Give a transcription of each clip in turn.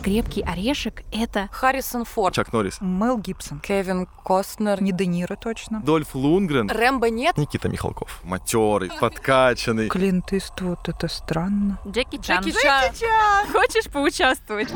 «Крепкий орешек» — это Харрисон Форд. Чак Норрис. Мел Гибсон. Кевин Костнер. Не Де Ниро точно. Дольф Лундгрен. Рэмбо нет. Никита Михалков. Матерый, подкачанный. Клинт Иствуд, это странно. Джеки Чан. Джеки Чан. Хочешь поучаствовать?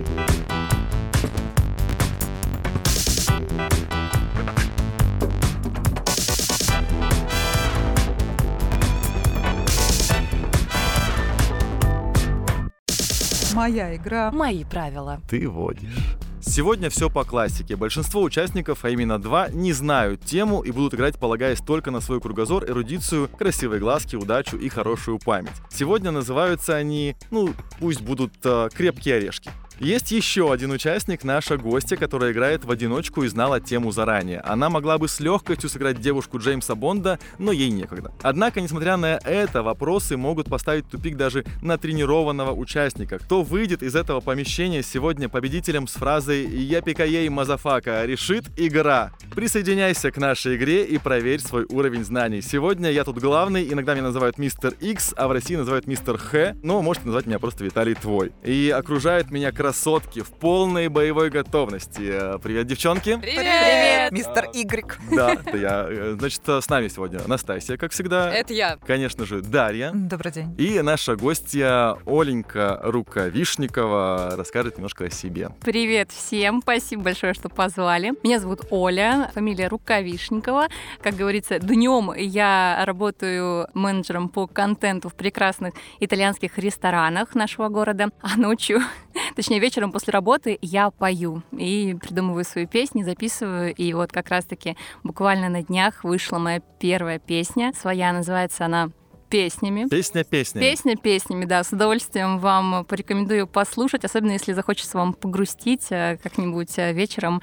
Моя игра. Мои правила. Ты водишь. Сегодня все по классике. Большинство участников, а именно 2, не знают тему и будут играть, полагаясь только на свой кругозор, эрудицию, красивые глазки, удачу и хорошую память. Сегодня называются они, пусть будут «Крепкие орешки». Есть еще один участник, наша гостья, которая играет в одиночку и знала тему заранее. Она могла бы с легкостью сыграть девушку Джеймса Бонда, но ей некогда. Однако, несмотря на это, вопросы могут поставить в тупик даже натренированного участника. Кто выйдет из этого помещения сегодня победителем с фразой «Япикаей мазафака» решит игра. Присоединяйся к нашей игре и проверь свой уровень знаний. Сегодня я тут главный, иногда меня называют мистер Икс, а в России называют мистер Х, но можете назвать меня просто Виталий Твой. И окружает меня красотки в полной боевой готовности. Привет, девчонки. Привет. Мистер Игрек. Да, это я. Значит, с нами сегодня Настасья, как всегда. Это я. Конечно же, Дарья. Добрый день. И наша гостья Оленька Рукавишникова расскажет немножко о себе. Привет всем, спасибо большое, что позвали. Меня зовут Оля, фамилия Рукавишникова. Как говорится, днем я работаю менеджером по контенту в прекрасных итальянских ресторанах нашего города, а ночью, точнее вечером после работы, я пою и придумываю свои песни, записываю. И вот как раз-таки буквально на днях вышла моя первая песня. Своя, называется она «Песнями». Песня песнями. Песня песнями, да. С удовольствием вам порекомендую послушать, особенно если захочется вам погрустить как-нибудь вечером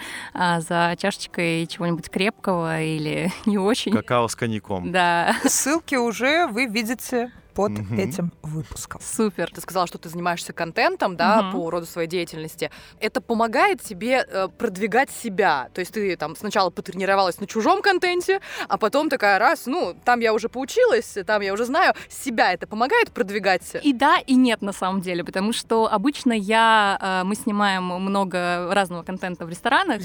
за чашечкой чего-нибудь крепкого или не очень. Какао с коньяком. Да. Ссылки уже вы видите под этим выпуском. Супер. Ты сказала, что ты занимаешься контентом, да, по роду своей деятельности. Это помогает тебе продвигать себя. То есть ты там сначала потренировалась на чужом контенте, а потом такая раз, там я уже поучилась, там я уже знаю. Себя это помогает продвигать? И да, и нет на самом деле, потому что обычно мы снимаем много разного контента в ресторанах.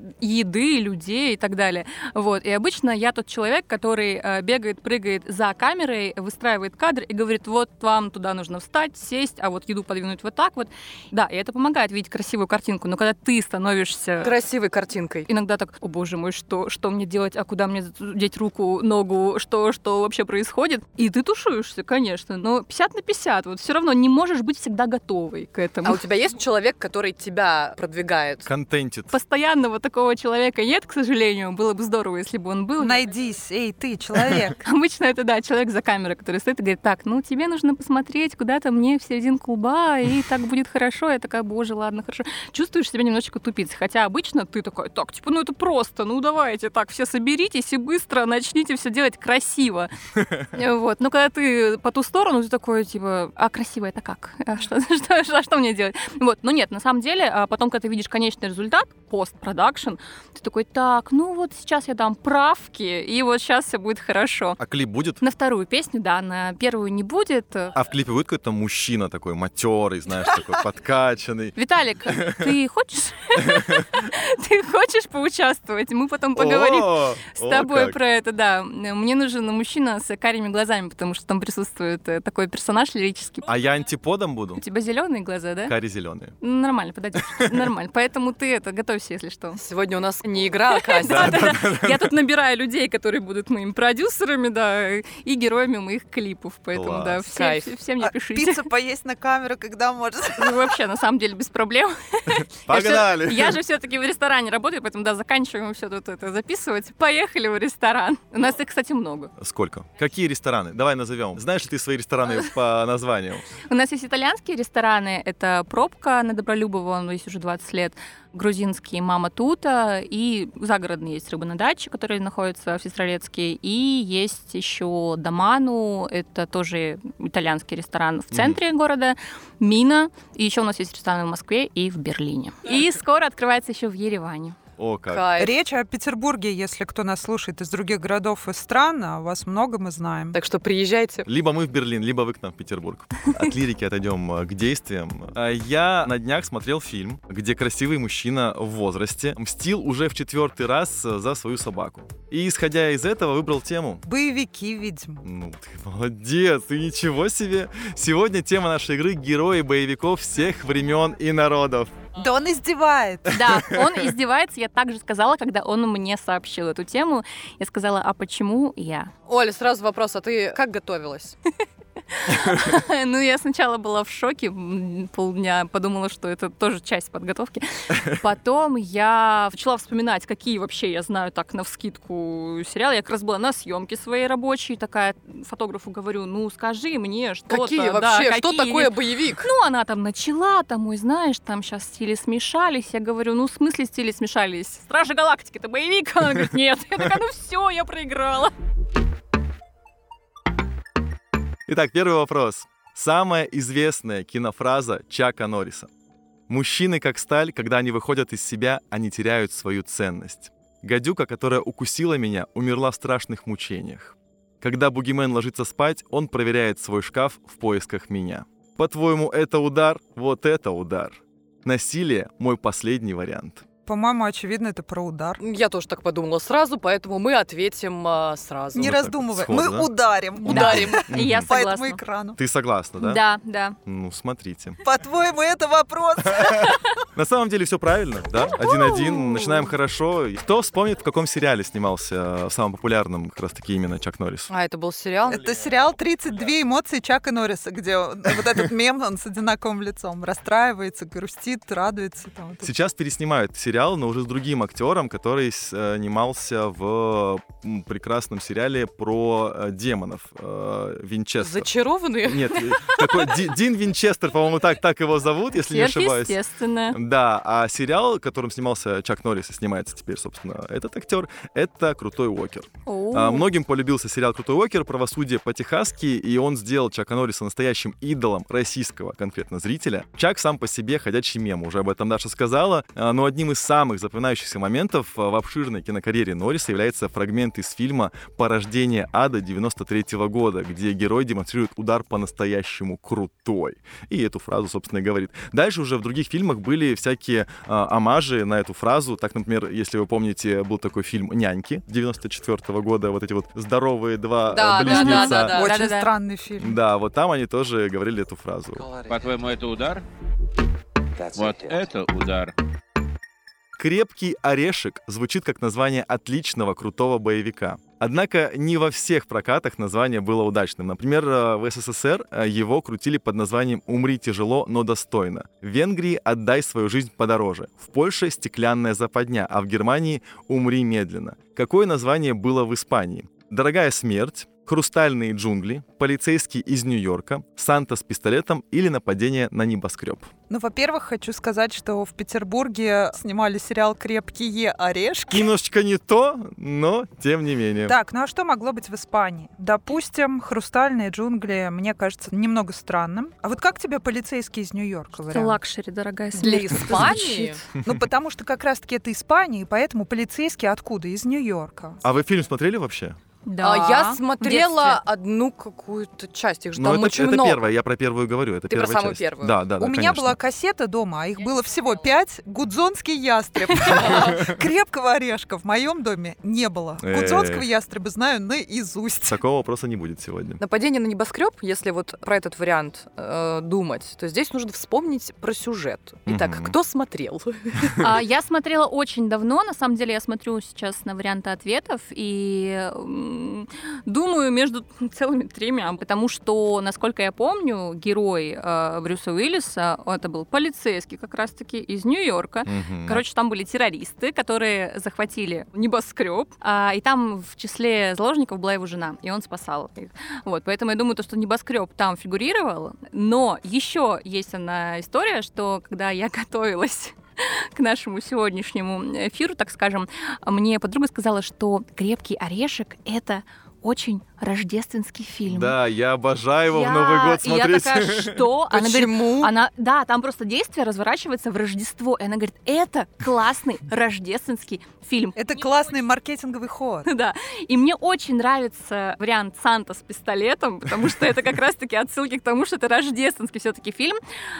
Еды, людей и так далее. Вот. И обычно я тот человек, который бегает, прыгает за камерой, выстраивает кадр и говорит, вот вам туда нужно встать, сесть, а вот еду подвинуть вот так вот. Да, и это помогает видеть красивую картинку, но когда ты становишься... красивой картинкой. Иногда так, о боже мой, что мне делать, а куда мне деть руку, ногу, что вообще происходит? И ты тушуешься, конечно, но 50/50. Вот все равно не можешь быть всегда готовой к этому. А у тебя есть человек, который тебя продвигает? Контентит. Постоянного такого человека нет, к сожалению. Было бы здорово, если бы он был. Найдись, эй, ты, человек. Обычно это, да, человек за камерой, который стоит и говорит, так, тебе нужно посмотреть куда-то мне в серединку лба, и так будет хорошо. Я такая, боже, ладно, хорошо. Чувствуешь себя немножечко тупицей. Хотя обычно ты такой, так, это просто, давайте так, все соберитесь и быстро начните все делать красиво. Вот. Но когда ты по ту сторону, ты такой, а красиво это как? Что мне делать? Вот. Но нет, на самом деле, потом, когда ты видишь конечный результат, постпродакшн, ты такой, так, вот сейчас я дам правки, и вот сейчас все будет хорошо. А клип будет? На вторую песню, да, на первую не будет. А в клипе будет какой-то мужчина такой матерый, знаешь, такой подкачанный? Виталик, ты хочешь? Ты хочешь поучаствовать? Мы потом поговорим с тобой про это, да. Мне нужен мужчина с карими глазами, потому что там присутствует такой персонаж лирический. А я антиподом буду? У тебя зеленые глаза, да? Кари зеленые. Нормально, подойдешь. Нормально. Поэтому ты готовься, если что. Сегодня у нас не игра, а кастинг. Я тут набираю людей, которые будут моими продюсерами, да, и героями моих клипов. Поэтому, да, все мне пишите. Пиццу поесть на камеру, когда может? Вообще, на самом деле, без проблем. Погнали! Я же все-таки в ресторане работаю, поэтому, да, заканчиваем все тут это записывать. Поехали в ресторан. У нас их, кстати, много. Сколько? Какие рестораны? Давай назовем. Знаешь ли ты свои рестораны по названию? У нас есть итальянские рестораны. Это «Пробка» на Добролюбово, он есть уже 20 лет. Грузинский «Мама Тута», и загородный есть «Рыба на даче», который находится в Сестрорецке, и есть еще «Доману», это тоже итальянский ресторан в центре города, «Мина», и еще у нас есть рестораны в Москве и в Берлине. И скоро открывается еще в Ереване. О, как. Кайф. Речь о Петербурге, если кто нас слушает из других городов и стран, о вас много мы знаем. Так что приезжайте. Либо мы в Берлин, либо вы к нам в Петербург. От лирики отойдем к действиям. Я на днях смотрел фильм, где красивый мужчина в возрасте мстил уже в 4-й раз за свою собаку. И, исходя из этого, выбрал тему. Боевики, видимо. Ну, ты молодец, ты ничего себе. Сегодня тема нашей игры — герои боевиков всех времен и народов. Да он издевает. Да, он издевается, я также сказала, когда он мне сообщил эту тему. Я сказала, а почему я? Оля, сразу вопрос, а ты как готовилась? Ну, я сначала была в шоке, полдня подумала, что это тоже часть подготовки. Потом я начала вспоминать, какие вообще я знаю так навскидку сериалы. Я как раз была на съемке своей рабочей, такая фотографу говорю, ну, скажи мне что-то. Какие да, вообще? Что какие такое есть. боевик? Ну, она там начала, там, ой, знаешь, там сейчас стили смешались. Я говорю, ну, в смысле стили смешались? Стражи Галактики, это боевик? Она говорит, нет. Я такая, ну все, я проиграла. Итак, первый вопрос. Самая известная кинофраза Чака Норриса. «Мужчины как сталь, когда они выходят из себя, они теряют свою ценность. Гадюка, которая укусила меня, умерла в страшных мучениях. Когда бугимен ложится спать, он проверяет свой шкаф в поисках меня. По-твоему, это удар? Вот это удар. Насилие — мой последний вариант». По-моему, очевидно, это про удар. Я тоже так подумала сразу, поэтому мы ответим сразу. Не вот так раздумывай. сходу, Мы да? ударим. Ударим. Я По этому согласна. экрану. Ты согласна, да? Да, да. Ну, смотрите. По-твоему, это вопрос? На самом деле все правильно, да? 1-1, начинаем хорошо. Кто вспомнит, в каком сериале снимался самым популярным как раз-таки именно Чак Норрис? А, это был сериал? Это сериал «32 эмоции» Чака Норриса, где вот этот мем, он с одинаковым лицом расстраивается, грустит, радуется. Там, вот это. Сейчас переснимают сериал, но уже с другим актером, который снимался в прекрасном сериале про демонов. Винчестер. Зачарованные? Нет, такой Дин Винчестер, по-моему, так его зовут, если не ошибаюсь. Естественно. Да, а сериал, в котором снимался Чак Норрис и снимается теперь, собственно, этот актер, это «Крутой Уокер». Многим полюбился сериал «Крутой Уокер», правосудие по-техасски, и он сделал Чака Норриса настоящим идолом российского конкретно зрителя. Чак сам по себе ходячий мем, уже об этом Даша сказала, но одним из самых запоминающихся моментов в обширной кинокарьере Норриса является фрагмент из фильма «Порождение ада» 93-го года, где герой демонстрирует удар по-настоящему крутой. И эту фразу, собственно, и говорит. Дальше уже в других фильмах были всякие омажи на эту фразу. Так, например, если вы помните, был такой фильм «Няньки» 94-го года, вот эти вот здоровые два близнеца. Да. Очень Да-да-да. странный фильм. Да, вот там они тоже говорили эту фразу. По-твоему, это удар? Вот это удар. «Крепкий орешек» звучит как название отличного, крутого боевика. Однако не во всех прокатах название было удачным. Например, в СССР его крутили под названием «Умри тяжело, но достойно». В Венгрии «Отдай свою жизнь подороже». В Польше «Стеклянная западня», а в Германии «Умри медленно». Какое название было в Испании? «Дорогая смерть», «Хрустальные джунгли», «Полицейский из Нью-Йорка», «Санта с пистолетом» или «Нападение на небоскреб». Ну, во-первых, хочу сказать, что в Петербурге снимали сериал «Крепкие орешки». Немножечко не то, но тем не менее. Так, ну а что могло быть в Испании? Допустим, «Хрустальные джунгли» мне кажется немного странным. А вот как тебе «Полицейский из Нью-Йорка» Это вариант? лакшери, дорогая Для смерть. Испании? Ну, потому что как раз-таки это Испания, и поэтому полицейский откуда? Из Нью-Йорка. А вы фильм смотрели вообще? Да. Я в смотрела детстве. одну какую-то часть, их же Ну, там очень это много. первая, я про первую говорю. Это Ты про первая самую часть. первую? Да, У меня была кассета дома, а их было всего 5. «Гудзонский ястреб». Крепкого орешка в моем доме не было. Гудзонского ястреба знаю наизусть. Такого вопроса не будет сегодня. Нападение на небоскреб, если вот про этот вариант думать, то здесь нужно вспомнить про сюжет. Итак, Мгм. кто смотрел? Я смотрела очень давно. На самом деле я смотрю сейчас на варианты ответов и думаю между целыми тремя, потому что, насколько я помню, герой Брюса Уиллиса, это был полицейский как раз-таки из Нью-Йорка. Мгм. Короче, там были террористы, которые захватили небоскреб, и там в числе заложников была его жена, и он спасал их. Вот, поэтому я думаю, то, что небоскреб там фигурировал. Но еще есть одна история, что когда я готовилась к нашему сегодняшнему эфиру, так скажем, мне подруга сказала, что «Крепкий орешек» — это очень рождественский фильм. Да, я обожаю его в Новый год смотреть. Я такая, что? Почему? Да, там просто действие разворачивается в Рождество. И она говорит, это классный рождественский фильм. Это классный маркетинговый ход. Да, и мне очень нравится вариант «Санта с пистолетом», потому что это как раз-таки отсылки к тому, что это рождественский все-таки фильм.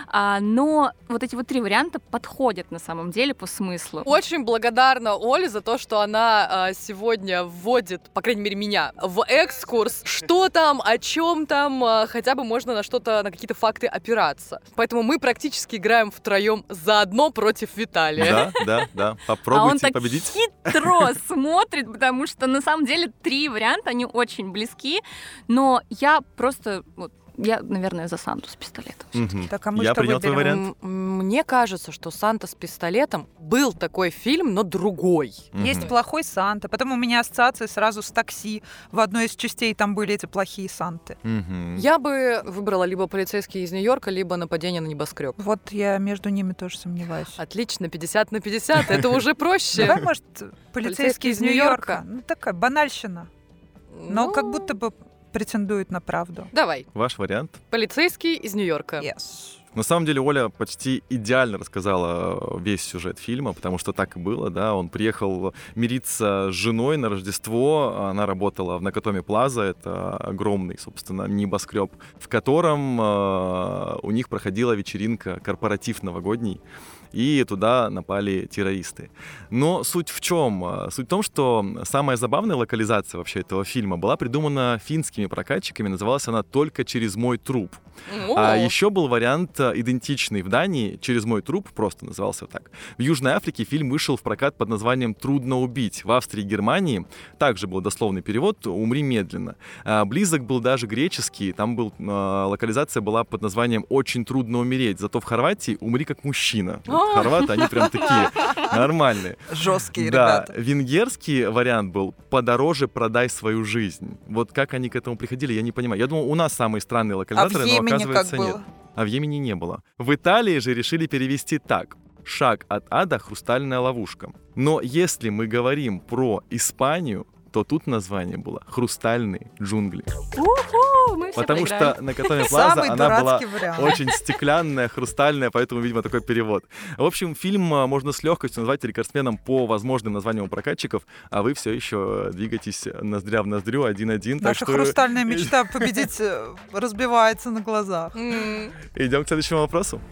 Но вот эти вот 3 варианта подходят на самом деле по смыслу. Очень благодарна Оле за то, что она сегодня вводит, по крайней мере, меня в экскурс, что там, о чем там, хотя бы можно на что-то, на какие-то факты опираться. Поэтому мы практически играем втроем заодно против Виталия. Да. Попробуйте он победить. Так хитро смотрит, потому что на самом деле 3 варианта, они очень близки, но я просто... Я, наверное, за Санту с пистолетом. Так, а мы Я что принял твой выберем? вариант. Мне кажется, что «Санта с пистолетом» был такой фильм, но другой. Есть плохой Санта. Потом у меня ассоциация сразу с «Такси». В одной из частей там были эти плохие Санты. Я бы выбрала либо «Полицейский из Нью-Йорка», либо «Нападение на небоскреб». Вот я между ними тоже сомневаюсь. Отлично, 50 на 50, это уже проще. Давай, может, «Полицейский из Нью-Йорка». Ну, такая банальщина. Но Ну, как будто бы претендует на правду. Давай. Ваш вариант? «Полицейский из Нью-Йорка». Yes. На самом деле Оля почти идеально рассказала весь сюжет фильма, потому что так и было, да. Он приехал мириться с женой на Рождество. Она работала в Накатоми Плаза, это огромный, собственно, небоскреб, в котором у них проходила вечеринка, корпоратив новогодний. И туда напали террористы. Но суть в чем? Суть в том, что самая забавная локализация вообще этого фильма была придумана финскими прокатчиками. Называлась она «Только через мой труп». А еще был вариант идентичный в Дании, «Через мой труп», просто назывался так. В Южной Африке фильм вышел в прокат под названием «Трудно убить». В Австрии и Германии также был дословный перевод «Умри медленно». Близок был даже греческий, там локализация была под названием «Очень трудно умереть». Зато в Хорватии «Умри как мужчина». Хорваты, они прям такие нормальные. Жесткие Да, ребята. венгерский вариант был «Подороже продай свою жизнь». Вот как они к этому приходили, я не понимаю. Я думал, у нас самые странные локализаторы, но оказывается нет. А в Йемене не было. В Италии же решили перевести так. «Шаг от ада. Хрустальная ловушка». Но если мы говорим про Испанию, то тут название было «Хрустальные джунгли». Мы все Потому проиграли. что Накатоми Плаза, Самый она была дурацкий вариант. очень стеклянная, хрустальная, поэтому, видимо, такой перевод. В общем, фильм можно с легкостью назвать рекордсменом по возможным названиям у прокатчиков, а вы все еще двигаетесь ноздря в ноздрю, 1-1. Так Наша что хрустальная мечта победить разбивается на глазах. идем к следующему вопросу.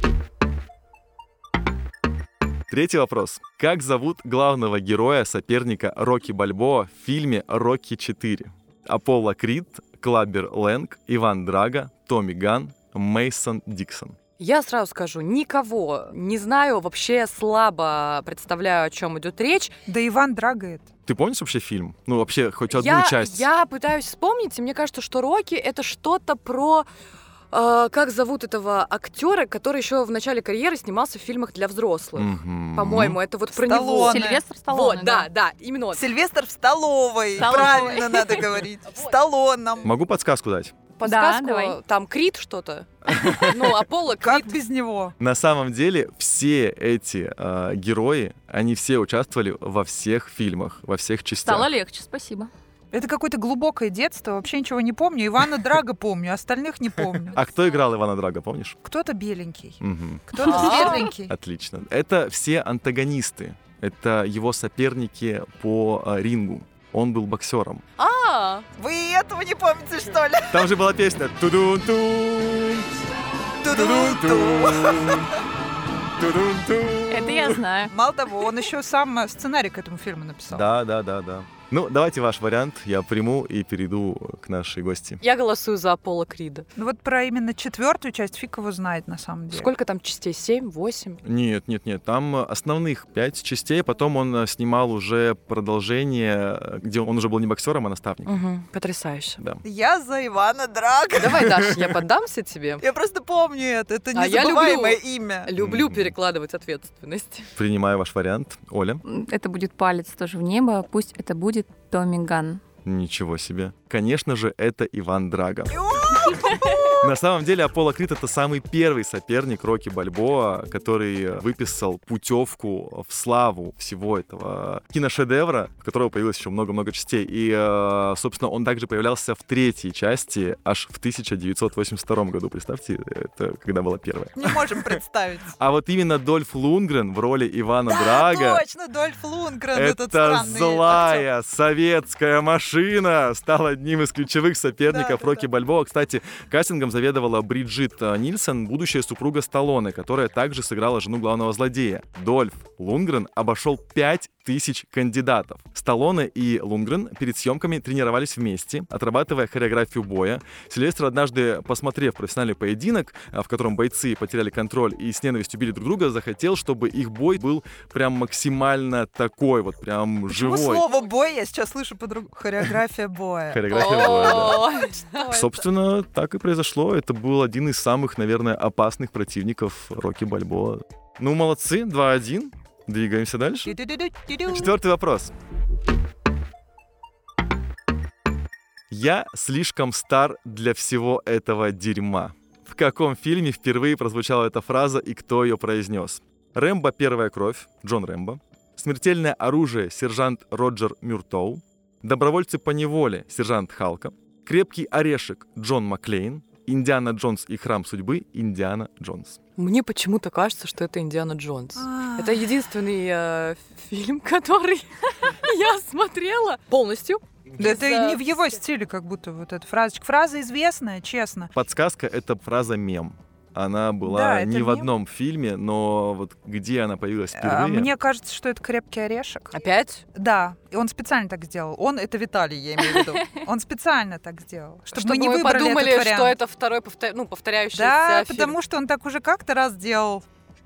Третий вопрос. Как зовут главного героя, соперника Рокки Бальбоа в фильме «Рокки 4»? Аполло Крид, Клаббер Лэнг, Иван Драго, Томми Ганн, Мейсон Диксон. Я сразу скажу, никого не знаю, вообще слабо представляю, о чем идет речь. Да Иван Драго это. Ты помнишь вообще фильм? Ну, вообще, хоть одну часть. Я пытаюсь вспомнить, и мне кажется, что «Рокки» — это что-то про... как зовут этого актера, который еще в начале карьеры снимался в фильмах для взрослых? По-моему, это вот про него. Сталлоне. Сильвестр Сталлоне. Вот, да, именно он. Сильвестр в столовой. Столовой. Правильно надо говорить. В столоном. Могу подсказку дать? Подсказку, давай. там Крид что-то. Ну, Аполло, Как Крид. без него? На самом деле все эти герои, они все участвовали во всех фильмах, во всех частях. Стало легче, спасибо. Это какое-то глубокое детство. Вообще ничего не помню. Ивана Драго помню, остальных не помню. А кто играл Ивана Драго, помнишь? Кто-то беленький, Мгм. кто-то светленький. Отлично. Это все антагонисты. Это его соперники по рингу. Он был боксером. Вы этого не помните, что ли? Там же была песня «Тудун-тун, тудун-тун, тудун-тун». Это я знаю. Мало того, он еще сам сценарий к этому фильму написал. Да. Ну, давайте ваш вариант, я приму и перейду к нашей гости. Я голосую за Аполло Крида. Ну вот про именно 4-ю часть фиг его знает на самом деле. Сколько там частей? 7, 8? Нет, там основных 5 частей, потом он снимал уже продолжение, где он уже был не боксером, а наставником. Угу, потрясающе. Да. Я за Ивана Драго. Давай, Даш, я поддамся тебе. Я просто помню это А я незабываемое люблю. имя. Люблю перекладывать ответственность. Принимаю ваш вариант. Оля? Это будет палец тоже в небо. Пусть это будет Томми Ганн. Ничего себе. Конечно же, это Иван Драго. На самом деле Аполло Крид — это самый первый соперник Рокки Бальбоа, который выписал путевку в славу всего этого киношедевра, у которого появилось еще много-много частей. И, собственно, он также появлялся в третьей части аж в 1982 году. Представьте, это когда была первая. Не можем представить. А вот именно Дольф Лундгрен в роли Ивана Драга. Точно, Дольф Лундгрен, этот Это странный злая советская машина стал одним из ключевых соперников Рокки Бальбоа. Кстати, кастингом заведовала Бриджит Нильсон, будущая супруга Сталлоне, которая также сыграла жену главного злодея. Дольф Лундгрен обошел 5000 кандидатов. Сталлоне и Лундгрен перед съемками тренировались вместе, отрабатывая хореографию боя. Сильвестр, однажды, посмотрев профессиональный поединок, в котором бойцы потеряли контроль и с ненавистью били друг друга, захотел, чтобы их бой был прям максимально такой вот, прям живой. Слово «бой» я сейчас слышу по-другому. Хореография боя. Хореография боя, да. Собственно, так и произошло. Это был один из самых, наверное, опасных противников Рокки Бальбоа. Ну, молодцы, 2-1. Двигаемся дальше. 4-й вопрос. Я слишком стар для всего этого дерьма. В каком фильме впервые прозвучала эта фраза и кто ее произнес? «Рэмбо. Первая кровь» Джон Рэмбо. «Смертельное оружие» сержант Роджер Мюртоу. «Добровольцы по неволе» сержант Халка. «Крепкий орешек» Джон Маклейн. «Индиана Джонс и храм судьбы» Индиана Джонс. Мне почему-то кажется, что это Индиана Джонс. Это единственный фильм, который я смотрела полностью. Да это не в его стиле, как будто вот эта фразочка. Фраза известная, честно. Подсказка — это фраза «мем». Она была не в мем. одном фильме, но вот где она появилась впервые? Мне кажется, что это «Крепкий орешек». Опять? Да, и он специально так сделал. Он — это Виталий, я имею в виду. Он специально так сделал, чтобы мы не выбрали подумали, этот вариант. что это второй повторяющийся Да, фильм. потому что он так уже как-то раз делал.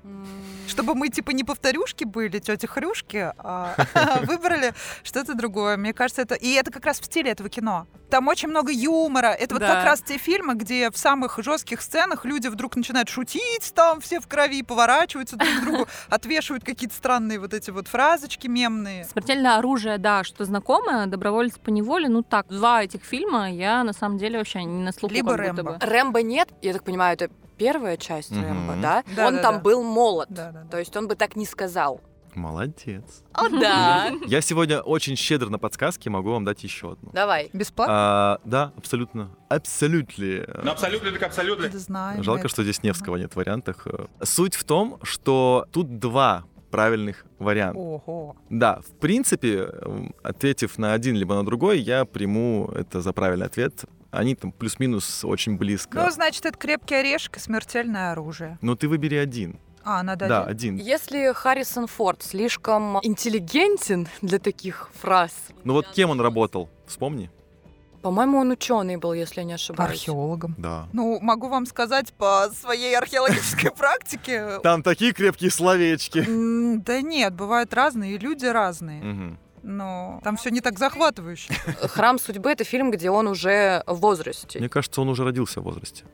Чтобы мы типа не повторюшки были, тети Хрюшки, а выбрали что-то другое. Мне кажется, это... И это как раз в стиле этого кино. Там очень много юмора. Это вот как раз те фильмы, где в самых жестких сценах люди вдруг начинают шутить, там все в крови, поворачиваются друг к другу, отвешивают какие-то странные вот эти вот фразочки мемные. «Смертельное оружие», да, что знакомое, «Добровольцы по неволе», ну так, два этих фильма я на самом деле вообще не на слуху. Либо как будто «Рэмбо». бы. «Рэмбо» нет, я так понимаю, это первая часть «Рэмбо», да? Да, Он да, там да. был молод, Да. то есть он бы так не сказал. Молодец. О, да. Я сегодня очень щедр на подсказки, могу вам дать еще одну. Давай. Бесплатно? Да, абсолютно. Абсолютно. Ну, абсолютно так абсолютно. Да знаю. Жалко, что здесь Невского нет в вариантах. Суть в том, что тут два правильных варианта. Ого. Да, в принципе, ответив на один либо на другой, я приму это за правильный ответ. Они там плюс-минус очень близко. Ну, значит, это «Крепкий орешек» и «Смертельное оружие». Но ты выбери один. Надо Да, один. один. Если Харрисон Форд слишком интеллигентен для таких фраз, Ну вот кем он работал? Вспомни. по-моему, он ученый был, если я не ошибаюсь. Археологом. Да. Ну, могу вам сказать по своей археологической практике. Там такие крепкие словечки. Да нет, бывают разные, и люди разные. Мгм. Но там все не так захватывающе. «Храм судьбы» — это фильм, где он уже в возрасте. Мне кажется, он уже родился в возрасте.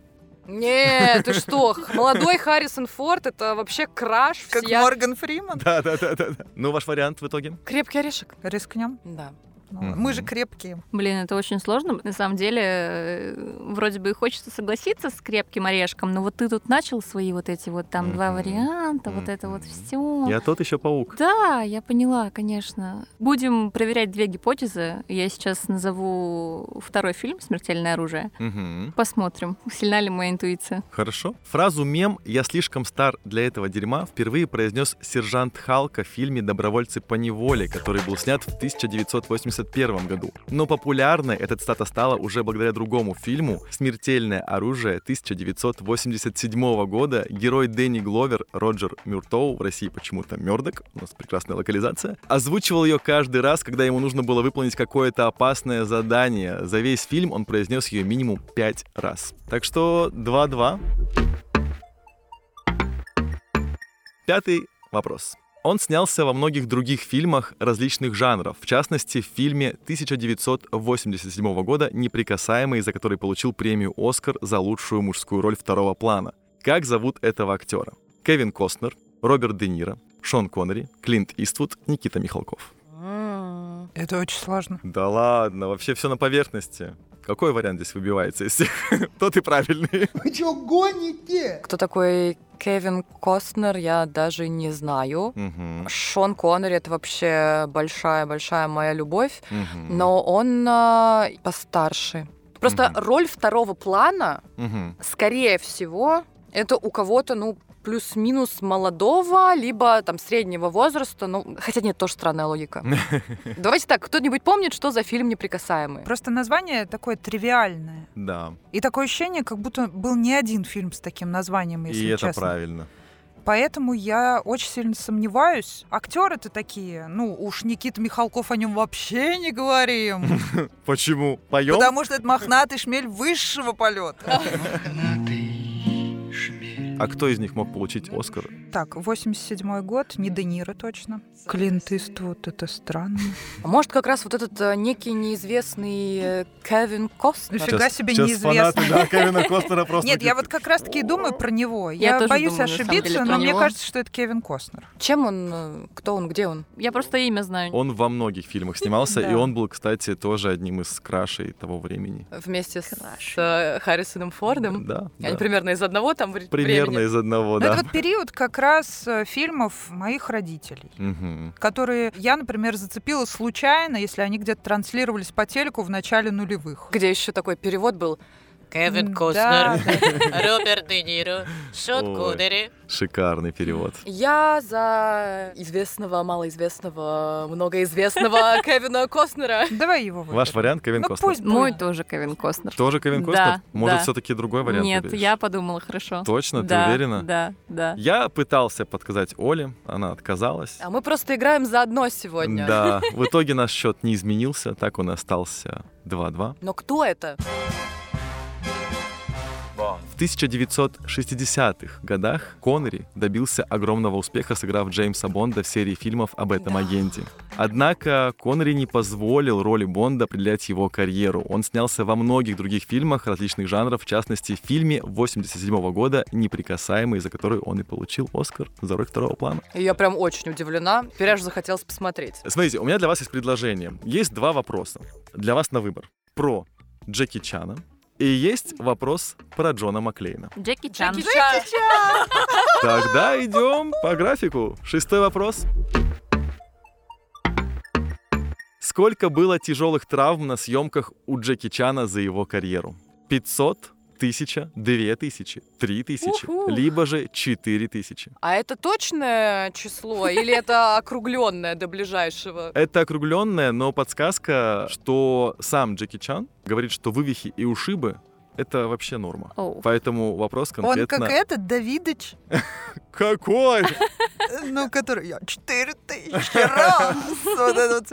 Нет, ты что? Молодой Харрисон Форд — это вообще краш. Как всея- Морган Фриман. Да. Ну, ваш вариант в итоге? Крепкий орешек. Рискнем. Да. Мы же крепкие. Блин, это очень сложно. На самом деле, вроде бы и хочется согласиться с «Крепким орешком», но вот ты тут начал свои вот эти вот там два варианта, вот это вот все. Я тот еще паук. Да, я поняла, конечно. Будем проверять две гипотезы. Я сейчас назову второй фильм «Смертельное оружие». Мгм. Посмотрим, сильна ли моя интуиция. Хорошо. Фразу «мем» «Я слишком стар для этого дерьма» впервые произнес сержант Халка в фильме «Добровольцы по неволе», который был снят в 1981 году. Но популярной эта цитата стала уже благодаря другому фильму «Смертельное оружие» 1987 года. Герой Дэнни Гловер, Роджер Мюртоу, в России почему-то Мёрдок, у нас прекрасная локализация, озвучивал ее каждый раз, когда ему нужно было выполнить какое-то опасное задание. За весь фильм он произнес ее минимум 5 раз. Так что 2-2. Пятый вопрос. Он снялся во многих других фильмах различных жанров, в частности, в фильме 1987 года «Неприкасаемый», за который получил премию «Оскар» за лучшую мужскую роль второго плана. Как зовут этого актера? Кевин Костнер, Роберт Де Ниро, Шон Коннери, Клинт Иствуд, Никита Михалков. Это очень сложно. Да ладно, вообще все на поверхности. какой вариант здесь выбивается из всех? Тот и правильный. Вы что, гоните? Кто такой Кевин Костнер, я даже не знаю. Шон Коннери — это вообще большая-большая моя любовь, но он постарше. Просто роль второго плана, скорее всего, это у кого-то, плюс-минус молодого, либо там среднего возраста. Хотя нет, тоже странная логика. Давайте так, кто-нибудь помнит, что за фильм «Неприкасаемые»? Просто название такое тривиальное. Да. И такое ощущение, как будто был не один фильм с таким названием, если честно. И это правильно. Поэтому я очень сильно сомневаюсь. Актеры-то такие, уж Никита Михалков, о нем вообще не говорим. Почему? Поем? Потому что это мохнатый шмель высшего полета. А кто из них мог получить Оскар? Так, 87-й год, не Де Ниро точно. Клинт Иствуд, это странно. А может, как раз вот этот некий неизвестный Кевин Костнер? Нифига себе сейчас неизвестный. Фанаты, Кевина Костнера просто... Нет, я вот как раз-таки думаю про него. Я Я тоже боюсь думаю, на самом деле, ошибиться, про но мне него. кажется, что это Кевин Костнер. Чем он? Кто он? Где он? Я просто имя знаю. Он во многих фильмах снимался, Да. и он был, кстати, тоже одним из крашей того времени. Вместе с Харрисоном Фордом? Да. Они примерно из одного там Примерно времени. из одного, Но да. это вот период как раз фильмов моих родителей, которые я, например, зацепила случайно, если они где-то транслировались по телеку в начале нулевых. Где еще такой перевод был? Кевин Да, Костнер, да. Роберт Де Ниро, Шон Ой. Коннери. Шикарный перевод. Я за известного, малоизвестного, многоизвестного Кевина Костнера. Давай его выберем. Ваш вариант Кевин Ну, Костнер? пусть Мой будет. тоже Кевин Костнер. Тоже Кевин Да, Костнер? Может, да. все-таки другой вариант Нет, выберешь? я подумала, хорошо. Точно? Ты Да, уверена? Да. Я пытался подсказать Оле, она отказалась. А мы просто играем заодно сегодня. Да, в итоге наш счет не изменился, так он остался 2-2. Но кто это? В 1960-х годах Коннери добился огромного успеха, сыграв Джеймса Бонда в серии фильмов об этом агенте. Однако Коннери не позволил роли Бонда определять его карьеру. Он снялся во многих других фильмах различных жанров, в частности, в фильме 1987 года «Неприкасаемый», за который он и получил Оскар за роль второго плана. И я прям очень удивлена. Теперь аж захотелось посмотреть. Смотрите, у меня для вас есть предложение. Есть два вопроса для вас на выбор. Про Джеки Чана. И есть вопрос про Джона Маклейна. Джеки Чан. Тогда идем по графику. 6-й вопрос. Сколько было тяжелых травм на съемках у Джеки Чана за его карьеру? 500, 1000, 2000, 3000, Уху. либо же 4000. А это точное число или это округленное до ближайшего? Это округленное, но подсказка, что сам Джеки Чан говорит, что вывихи и ушибы — это вообще норма. Оу. Поэтому вопрос Он конкретно... как этот Давидыч, Какой? который я 4000 раз. Вот это вот всё.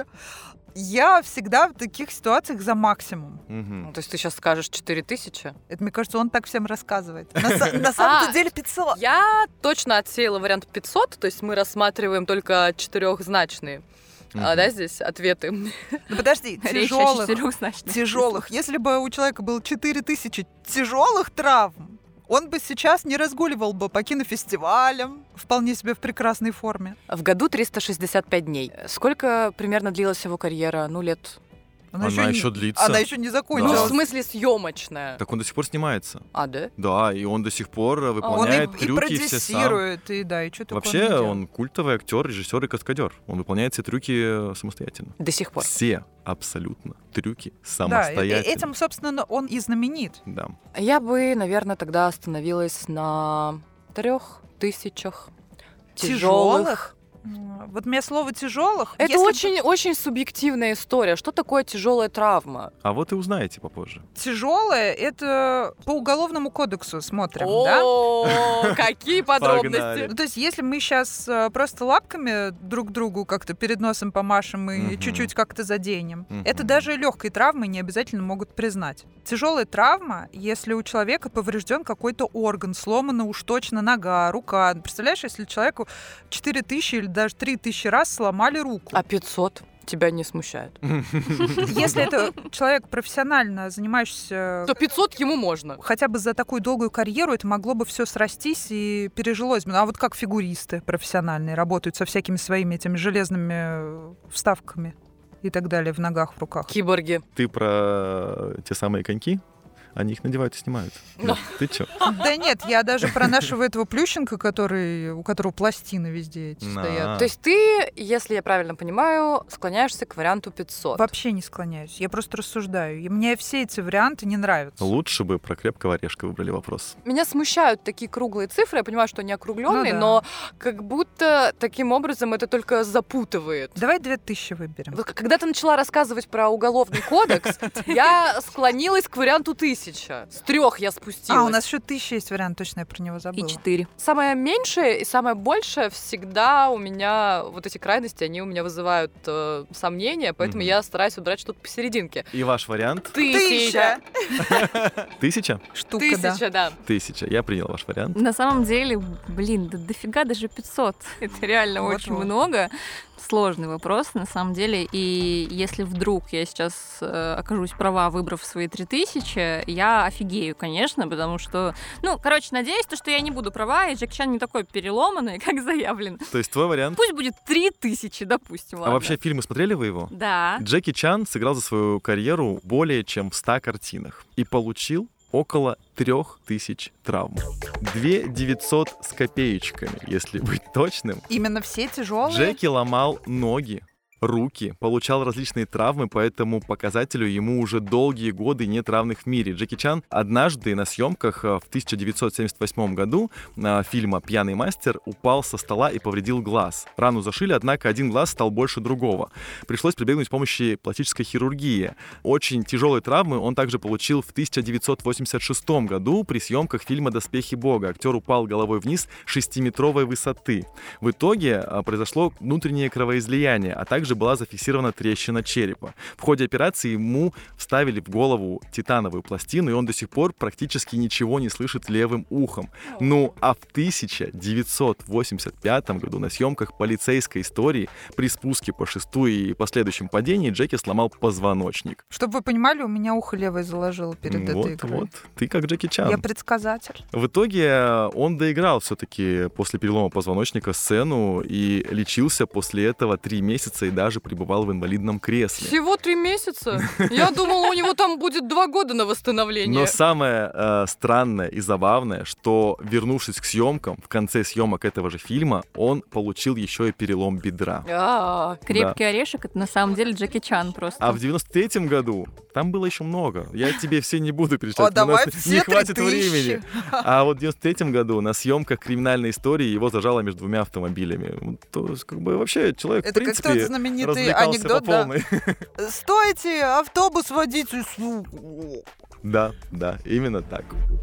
Я всегда в таких ситуациях за максимум. Мгм. То есть ты сейчас скажешь 4000? Это, мне кажется, он так всем рассказывает. На самом-то деле 500. Я точно отсеяла вариант 500, то есть мы рассматриваем только четырехзначные. Да, здесь ответы. Ну подожди, Речь о тяжелых. четырехзначных. Тяжелых. Если бы у человека было 4000 тяжелых травм, он бы сейчас не разгуливал бы по кинофестивалям, вполне себе в прекрасной форме. В году 365 дней. Сколько примерно длилась его карьера? Лет? Она еще длится. Она еще не Ну, закончилась. в смысле, съемочная. Так он до сих пор снимается. А, да? Да, и он до сих пор Он выполняет и трюки все сам. продюсирует, и что такое Вообще, он культовый актер, режиссер и каскадер. Он выполняет все трюки самостоятельно. До сих пор. Все абсолютно трюки Да, самостоятельно. этим, собственно, он и знаменит. Да. Я бы, наверное, тогда остановилась на 3000 тяжелых. Вот мне слово тяжелых. Это очень субъективная история. Что такое тяжелая травма? А вот и узнаете попозже. Тяжелое это по уголовному кодексу смотрим, да? О, какие подробности. Погнали. Ну, то есть, если мы сейчас просто лапками друг другу как-то перед носом помашем и Мгм. чуть-чуть как-то заденем, Мгм. это даже легкой травмой не обязательно могут признать. Тяжелая травма, если у человека поврежден какой-то орган, сломана уж точно нога, рука. Представляешь, если человеку 4000 или даже 3000 раз сломали руку. А 500 тебя не смущает? Если это человек профессионально занимающийся То 500 ему можно. хотя бы за такую долгую карьеру, это могло бы все срастись и пережилось бы. Ну, а вот как фигуристы профессиональные работают со всякими своими этими железными вставками и так далее в ногах, в руках. Киборги. Ты про те самые коньки? Они их надевают и снимают. Ты чё? Да нет, я даже про нашего этого Плющенко, у которого пластины везде эти На. стоят. То есть ты, если я правильно понимаю, склоняешься к варианту 500. Вообще не склоняюсь, я просто рассуждаю. И мне все эти варианты не нравятся. Лучше бы про крепкого орешка выбрали вопрос. Меня смущают такие круглые цифры. Я понимаю, что они округленные, Ну да. но как будто таким образом это только запутывает. Давай 2000 выберем. Вот когда ты начала рассказывать про уголовный кодекс, я склонилась к варианту 1000. С 3 я спустилась. У нас еще 1000 есть вариант, точно я про него забыла. И 4. Самое меньшее и самое большее всегда у меня, вот эти крайности, они у меня вызывают сомнения, поэтому я стараюсь выбрать что-то посерединке. И ваш вариант? 1000. 1000? Штука, да. 1000, да. 1000. Я принял ваш вариант. На самом деле, блин, да дофига даже 500. Это реально очень много. Сложный вопрос, на самом деле. И если вдруг я сейчас окажусь права, выбрав свои 3000, я офигею, конечно, потому что... надеюсь, что я не буду права, и Джеки Чан не такой переломанный, как заявлен. То есть твой вариант? Пусть будет 3000, допустим, А ладно. вообще фильмы смотрели вы его? Да. Джеки Чан сыграл за свою карьеру более чем в 100 картинах и получил около 3000 травм. 2900 с копеечками, если быть точным. Именно все тяжелые. Джеки ломал ноги, руки, получал различные травмы, по этому показателю ему уже долгие годы нет равных в мире. Джеки Чан однажды на съемках в 1978 году фильма «Пьяный мастер» упал со стола и повредил глаз. Рану зашили, однако один глаз стал больше другого. Пришлось прибегнуть к помощи пластической хирургии. Очень тяжелые травмы он также получил в 1986 году при съемках фильма «Доспехи Бога». Актер упал головой вниз 6-метровой высоты. В итоге произошло внутреннее кровоизлияние, а также была зафиксирована трещина черепа. В ходе операции ему вставили в голову титановую пластину, и он до сих пор практически ничего не слышит левым ухом. А в 1985 году на съемках полицейской истории при спуске по шесту и последующем падении Джеки сломал позвоночник. Чтобы вы понимали, у меня ухо левое заложило перед этой игрой. Вот, ты как Джеки Чан. Я предсказатель. В итоге он доиграл все-таки после перелома позвоночника сцену и лечился после этого 3 месяца и даже пребывал в инвалидном кресле. Всего 3 месяца? Я думала, у него там будет 2 года на восстановление. Но самое странное и забавное, что, вернувшись к съемкам, в конце съемок этого же фильма, он получил еще и перелом бедра. Крепкий орешек — это на самом деле Джеки Чан просто. А в 93-м году там было еще много. Я тебе все не буду перечислять, давай у нас все не хватит 3000. времени. А вот в 93-м году на съемках «Криминальной истории» его зажало между 2 автомобилями. То есть, вообще человек, Это в как принципе, тот знаменитый развлекался анекдот, по полной. да? Стойте, автобус водитель. Да, именно так.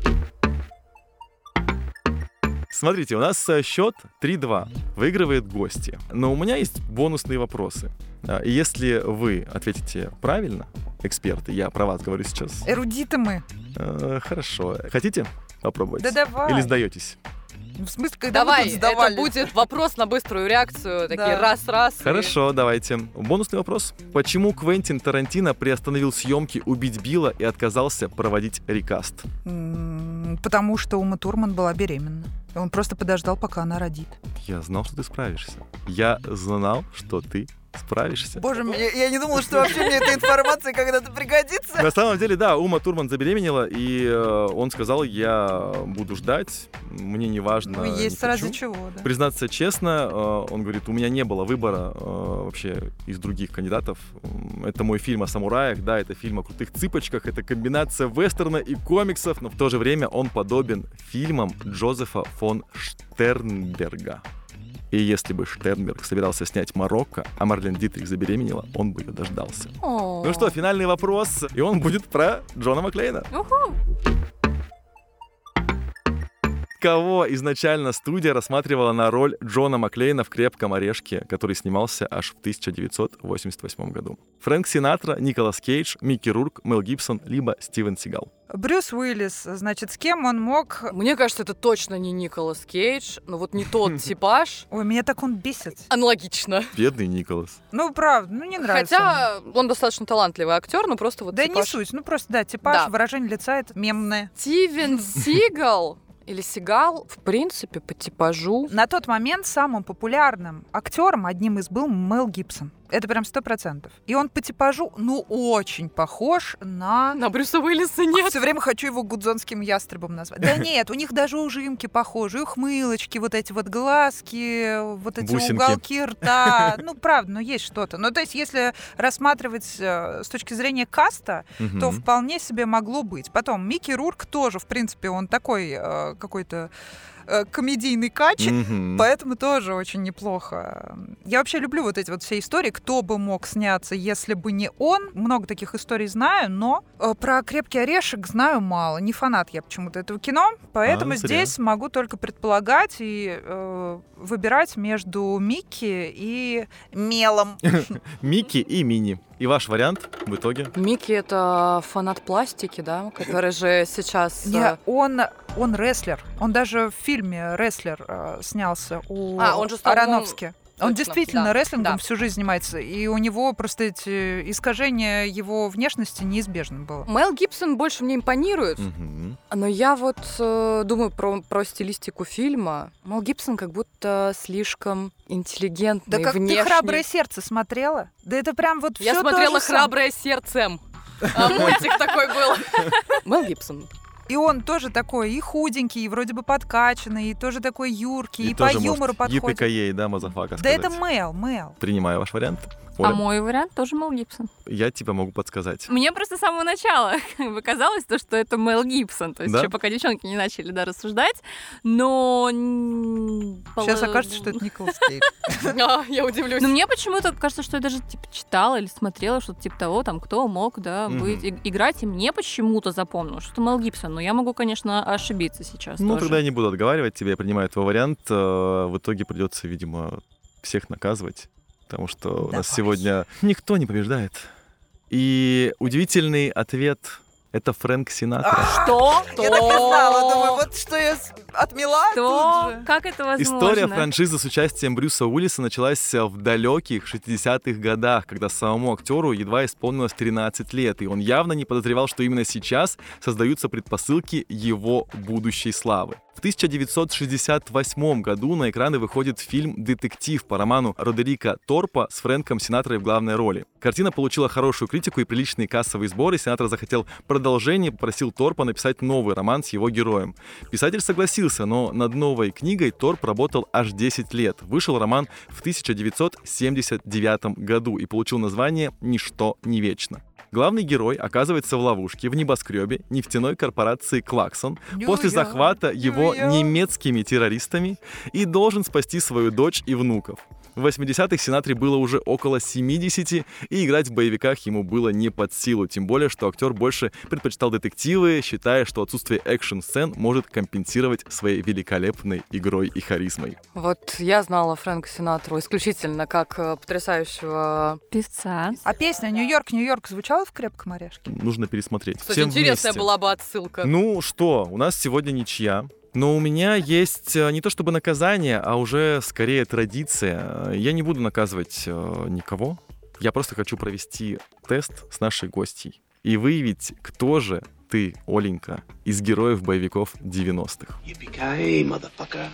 Смотрите, у нас счет 3-2. Выигрывает гости. Но у меня есть бонусные вопросы. И если вы ответите правильно, эксперты, я про вас говорю сейчас. Эрудиты мы. Хорошо. Хотите попробовать? Да давай. Или сдаетесь? В смысле, когда Давай, мы тут сдавали? это будет вопрос на быструю реакцию. Такие Да. раз-раз. и- Хорошо, давайте. Бонусный вопрос. Почему Квентин Тарантино приостановил съемки «Убить Билла» и отказался проводить рекаст? Потому что Ума Турман была беременна. И он просто подождал, пока она родит. Я знал, что ты справишься. Я знал, что ты справишься. Боже мой, я не думала, что вообще мне эта информация когда-то пригодится. На самом деле, да, Ума Турман забеременела, и он сказал, я буду ждать, мне не важно. Ну, есть не ради хочу. чего, да. Признаться честно, он говорит, у меня не было выбора вообще из других кандидатов. Это мой фильм о самураях, да, это фильм о крутых цыпочках, это комбинация вестерна и комиксов, но в то же время он подобен фильмам Джозефа фон Штернберга. И если бы Штернберг собирался снять «Марокко», а Марлен Дитрих забеременела, он бы ее дождался. О. Ну что, финальный вопрос, и он будет про Джона Маклейна. Уху! Кого изначально студия рассматривала на роль Джона Маклейна в «Крепком орешке», который снимался аж в 1988 году? Фрэнк Синатра, Николас Кейдж, Микки Рурк, Мел Гибсон, либо Стивен Сигал? Брюс Уиллис, значит, с кем он мог... Мне кажется, это точно не Николас Кейдж, но вот не тот типаж. Ой, меня так он бесит. Аналогично. Бедный Николас. Ну, правда, не нравится. Хотя он достаточно талантливый актер, но просто вот Да не типаж. суть, просто, да, типаж, Да. выражение лица — это мемное. Стивен Сигал или Сигал, в принципе, по типажу. На тот момент самым популярным актером одним из был Мел Гибсон. Это прям 100%. И он по типажу, очень похож на... На Брюса Уиллиса нет. Все время хочу его гудзонским ястребом назвать. Да нет, у них даже ужимки похожи, ухмылочки, вот эти вот глазки, вот эти бусинки. уголки рта. Правда, есть что-то. То есть, если рассматривать с точки зрения каста, то вполне себе могло быть. Потом Микки Рурк тоже, в принципе, он такой какой-то комедийный кач, поэтому тоже очень неплохо. Я вообще люблю вот эти вот все истории, кто бы мог сняться, если бы не он. Много таких историй знаю, но про «Крепкий орешек» знаю мало. Не фанат я почему-то этого кино, поэтому здесь могу только предполагать и выбирать между Микки и Мелом. Микки и Мини. И ваш вариант в итоге? Микки — это фанат пластики, да, который же сейчас... Нет, он рестлер. Он даже в фильме «Рестлер» снялся у он же стал, Аронофски. Он точно, действительно рестлингом да. всю жизнь занимается, и у него просто эти искажения его внешности неизбежно было. Мел Гибсон больше мне импонирует, но я вот думаю про стилистику фильма. Мел Гибсон как будто слишком интеллигентный, Да как внешне. ты «Храброе сердце» смотрела? Да это прям вот Я всё смотрела то же самое. «Храброе сердцем». Мультик такой был. Мел Гибсон. И он тоже такой и худенький, и вроде бы подкачанный, и тоже такой юркий, и по тоже юмору может подходит. Yippee-ki-yay, да, мазафака Да сказать. это Мел. Принимаю ваш вариант. А Оля, мой вариант тоже Мел Гибсон. я тебя могу подсказать. Мне просто с самого начала казалось, что это Мел Гибсон. То есть Да? еще пока девчонки не начали рассуждать. Но... Сейчас окажется, что это Николас Кейдж. Я удивлюсь. Но мне почему-то кажется, что я даже читала или смотрела что-то типа того, там, кто мог быть, играть. И мне почему-то запомнилось, что это Мел Гибсон. Но я могу, конечно, ошибиться сейчас тоже. Тогда я не буду отговаривать тебя, я принимаю твой вариант. В итоге придется, видимо, всех наказывать, потому что у нас сегодня никто не побеждает. И удивительный ответ — это Фрэнк Синатра. Что? Я так и знала, думаю, вот что я отмела Что? тут же. Как это возможно? История франшизы с участием Брюса Уиллиса началась в далеких 60-х годах, когда самому актеру едва исполнилось 13 лет, и он явно не подозревал, что именно сейчас создаются предпосылки его будущей славы. В 1968 году на экраны выходит фильм «Детектив» по роману Родерика Торпа с Фрэнком Синатрой в главной роли. Картина получила хорошую критику и приличные кассовые сборы. Синатра захотел продолжение и попросил Торпа написать новый роман с его героем. Писатель согласился, но над новой книгой Торп работал аж 10 лет. Вышел роман в 1979 году и получил название «Ничто не вечно». Главный герой оказывается в ловушке в небоскребе нефтяной корпорации «Клаксон» после захвата его немецкими террористами и должен спасти свою дочь и внуков. В 80-х Синатре было уже около 70, и играть в боевиках ему было не под силу, тем более, что актер больше предпочитал детективы, считая, что отсутствие экшн-сцен может компенсировать своей великолепной игрой и харизмой. Вот я знала Фрэнка Синатру исключительно как потрясающего певца. А песня «Нью-Йорк, Нью-Йорк» звучала в «Крепком орешке»? Нужно пересмотреть. Кстати, Всем интересная вместе. была бы отсылка. Ну что, у нас сегодня ничья. Но у меня есть не то чтобы наказание, а уже скорее традиция. Я не буду наказывать никого. Я просто хочу провести тест с нашей гостьей и выявить, кто же ты, Оленька, из героев боевиков 90-х. Yippee-ki-yay, motherfucker.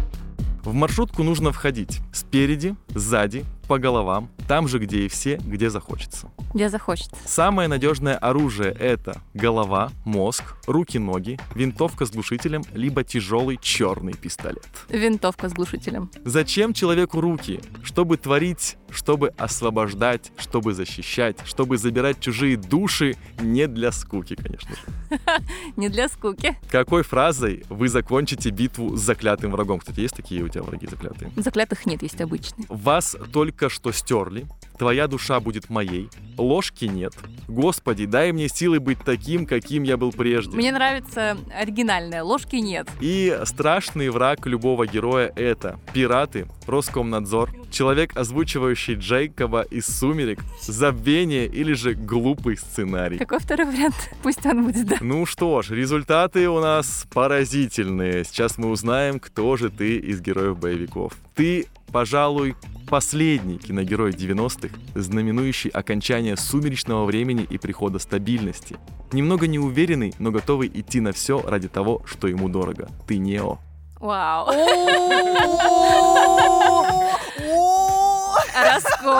В маршрутку нужно входить спереди, сзади, по головам, там же, где и все, где захочется. Где захочется. Самое надежное оружие — это голова, мозг, руки-ноги, винтовка с глушителем, либо тяжелый черный пистолет. Винтовка с глушителем. Зачем человеку руки? Чтобы творить, чтобы освобождать, чтобы защищать, чтобы забирать чужие души, не для скуки, конечно же. Не для скуки. Какой фразой вы закончите битву с заклятым врагом? Кстати, есть такие у тебя враги заклятые? Заклятых нет, есть обычные. Вас только что стерли, твоя душа будет моей, ложки нет. Господи, дай мне силы быть таким, каким я был прежде. Мне нравится оригинальная, ложки нет. И страшный враг любого героя — это пираты, Роскомнадзор, человек, озвучивающий Джейкоба из «Сумерек», забвение или же глупый сценарий. Какой второй вариант? Пусть он будет, да. Ну что ж, результаты у нас поразительные. Сейчас мы узнаем, кто же ты из героев боевиков. Ты, пожалуй, последний киногерой 90-х, знаменующий окончание сумеречного времени и прихода стабильности. Немного неуверенный, но готовый идти на все ради того, что ему дорого. Ты Нео. Вау. Раскол.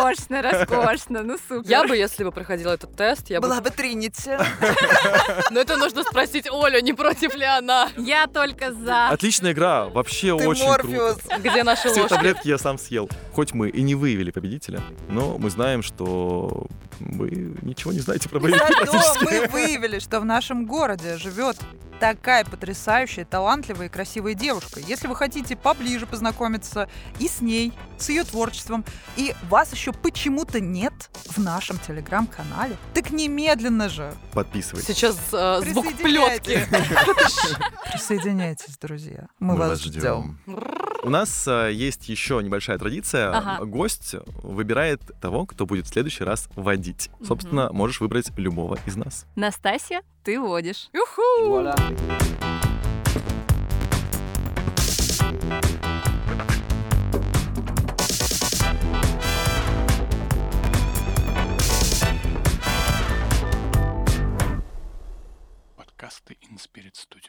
роскошно, роскошно, ну супер. Я бы, если бы проходила этот тест, я бы... Была бы Тринити. Но это нужно спросить Олю, не против ли она. Я только за. Отличная игра, вообще Ты очень Морфеус. круто. Где наши Все ложки? таблетки я сам съел. Хоть мы и не выявили победителя, но мы знаем, что вы ничего не знаете про боевики Зато практически. мы выявили, что в нашем городе живет такая потрясающая, талантливая и красивая девушка. Если вы хотите поближе познакомиться и с ней, с ее творчеством, и вас еще почему-то нет в нашем телеграм-канале, так немедленно же Подписывайтесь. Сейчас звук плетки. Присоединяйтесь, друзья. Мы вас ждем. У нас есть еще небольшая традиция. Ага. Гость выбирает того, кто будет в следующий раз водить. Собственно, можешь выбрать любого из нас. Настасья, ты водишь. Юху! Подкасты In Spirit Studio.